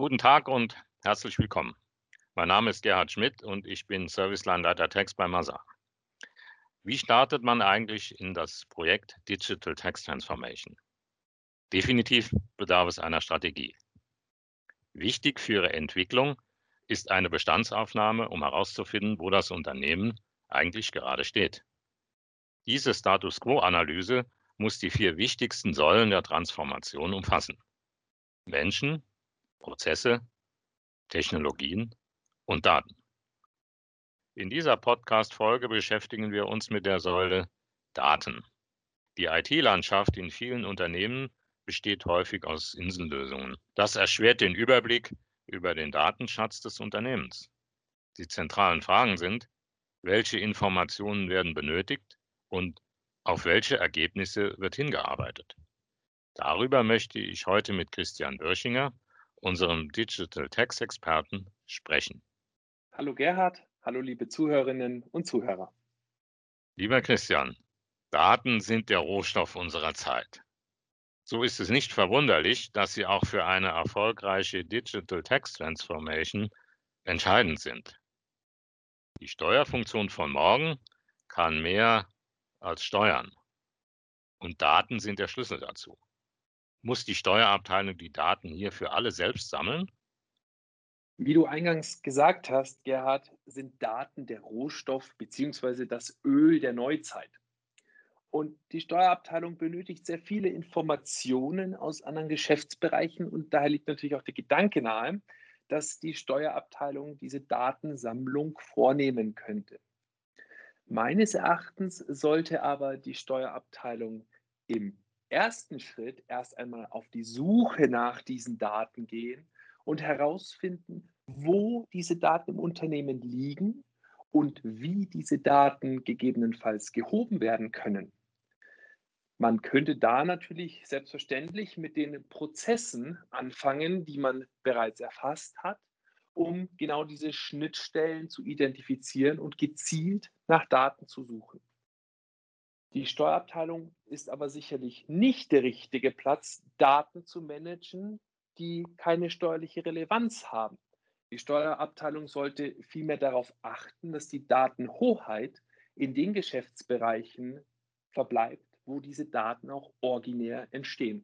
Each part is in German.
Guten Tag und herzlich willkommen. Mein Name ist Gerhard Schmidt und ich bin Serviceline-Leiter Tax bei Mazar. Wie startet man eigentlich in das Projekt Digital Tax Transformation? Definitiv bedarf es einer Strategie. Wichtig für Ihre Entwicklung ist eine Bestandsaufnahme, um herauszufinden, wo das Unternehmen eigentlich gerade steht. Diese Status Quo-Analyse muss die 4 wichtigsten Säulen der Transformation umfassen: Menschen, Prozesse, Technologien und Daten. In dieser Podcast-Folge beschäftigen wir uns mit der Säule Daten. Die IT-Landschaft in vielen Unternehmen besteht häufig aus Insellösungen. Das erschwert den Überblick über den Datenschatz des Unternehmens. Die zentralen Fragen sind: Welche Informationen werden benötigt und auf welche Ergebnisse wird hingearbeitet? Darüber möchte ich heute mit Christian Börschinger, unserem Digital Tax Experten, sprechen. Hallo Gerhard, hallo liebe Zuhörerinnen und Zuhörer. Lieber Christian, Daten sind der Rohstoff unserer Zeit. So ist es nicht verwunderlich, dass sie auch für eine erfolgreiche Digital Tax Transformation entscheidend sind. Die Steuerfunktion von morgen kann mehr als steuern, und Daten sind der Schlüssel dazu. Muss die Steuerabteilung die Daten hier für alle selbst sammeln? Wie du eingangs gesagt hast, Gerhard, sind Daten der Rohstoff bzw. das Öl der Neuzeit. Und die Steuerabteilung benötigt sehr viele Informationen aus anderen Geschäftsbereichen und daher liegt natürlich auch der Gedanke nahe, dass die Steuerabteilung diese Datensammlung vornehmen könnte. Meines Erachtens sollte aber die Steuerabteilung im ersten Schritt erst einmal auf die Suche nach diesen Daten gehen und herausfinden, wo diese Daten im Unternehmen liegen und wie diese Daten gegebenenfalls gehoben werden können. Man könnte da natürlich selbstverständlich mit den Prozessen anfangen, die man bereits erfasst hat, um genau diese Schnittstellen zu identifizieren und gezielt nach Daten zu suchen. Die Steuerabteilung ist aber sicherlich nicht der richtige Platz, Daten zu managen, die keine steuerliche Relevanz haben. Die Steuerabteilung sollte vielmehr darauf achten, dass die Datenhoheit in den Geschäftsbereichen verbleibt, wo diese Daten auch originär entstehen.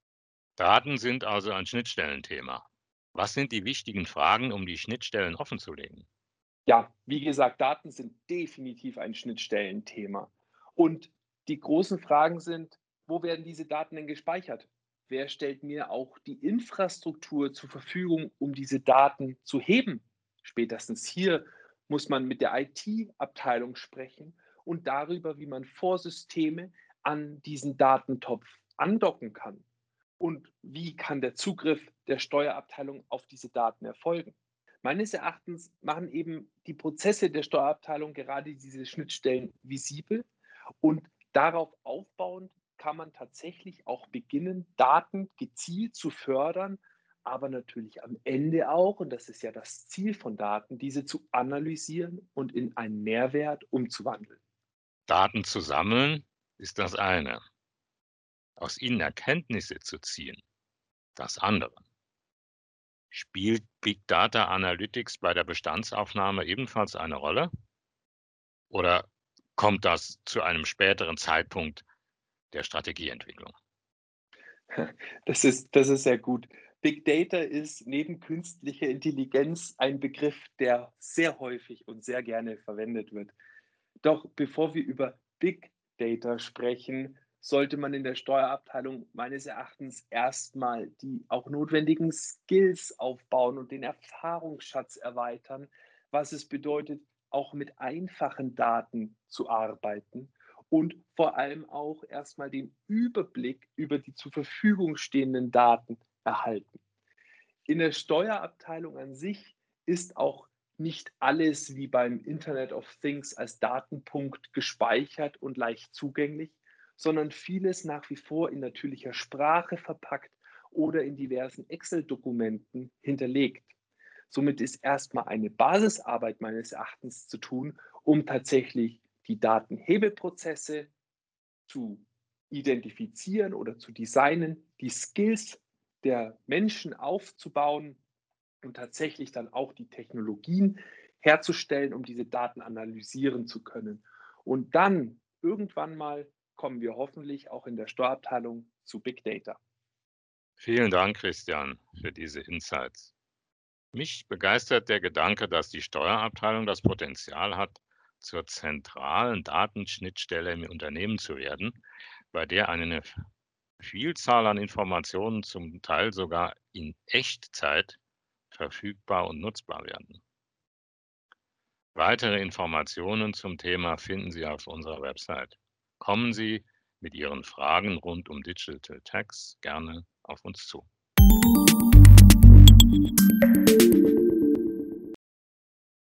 Daten sind also ein Schnittstellenthema. Was sind die wichtigen Fragen, um die Schnittstellen offenzulegen? Ja, wie gesagt, Daten sind definitiv ein Schnittstellenthema. Und die großen Fragen sind, wo werden diese Daten denn gespeichert? Wer stellt mir auch die Infrastruktur zur Verfügung, um diese Daten zu heben? Spätestens hier muss man mit der IT-Abteilung sprechen und darüber, wie man Vorsysteme an diesen Datentopf andocken kann. Und wie kann der Zugriff der Steuerabteilung auf diese Daten erfolgen? Meines Erachtens machen eben die Prozesse der Steuerabteilung gerade diese Schnittstellen visibel und darauf aufbauend kann man tatsächlich auch beginnen, Daten gezielt zu fördern, aber natürlich am Ende auch, und das ist ja das Ziel von Daten, diese zu analysieren und in einen Mehrwert umzuwandeln. Daten zu sammeln ist das eine, aus ihnen Erkenntnisse zu ziehen das andere. Spielt Big Data Analytics bei der Bestandsaufnahme ebenfalls eine Rolle oder kommt das zu einem späteren Zeitpunkt der Strategieentwicklung? Das ist sehr gut. Big Data ist neben künstlicher Intelligenz ein Begriff, der sehr häufig und sehr gerne verwendet wird. Doch bevor wir über Big Data sprechen, sollte man in der Steuerabteilung meines Erachtens erstmal die auch notwendigen Skills aufbauen und den Erfahrungsschatz erweitern, was es bedeutet, auch mit einfachen Daten zu arbeiten und vor allem auch erstmal den Überblick über die zur Verfügung stehenden Daten erhalten. In der Steuerabteilung an sich ist auch nicht alles wie beim Internet of Things als Datenpunkt gespeichert und leicht zugänglich, sondern vieles nach wie vor in natürlicher Sprache verpackt oder in diversen Excel-Dokumenten hinterlegt. Somit ist erstmal eine Basisarbeit meines Erachtens zu tun, um tatsächlich die Datenhebeprozesse zu identifizieren oder zu designen, die Skills der Menschen aufzubauen und tatsächlich dann auch die Technologien herzustellen, um diese Daten analysieren zu können. Und dann irgendwann mal kommen wir hoffentlich auch in der Steuerabteilung zu Big Data. Vielen Dank, Christian, für diese Insights. Mich begeistert der Gedanke, dass die Steuerabteilung das Potenzial hat, zur zentralen Datenschnittstelle im Unternehmen zu werden, bei der eine Vielzahl an Informationen zum Teil sogar in Echtzeit verfügbar und nutzbar werden. Weitere Informationen zum Thema finden Sie auf unserer Website. Kommen Sie mit Ihren Fragen rund um Digital Tax gerne auf uns zu.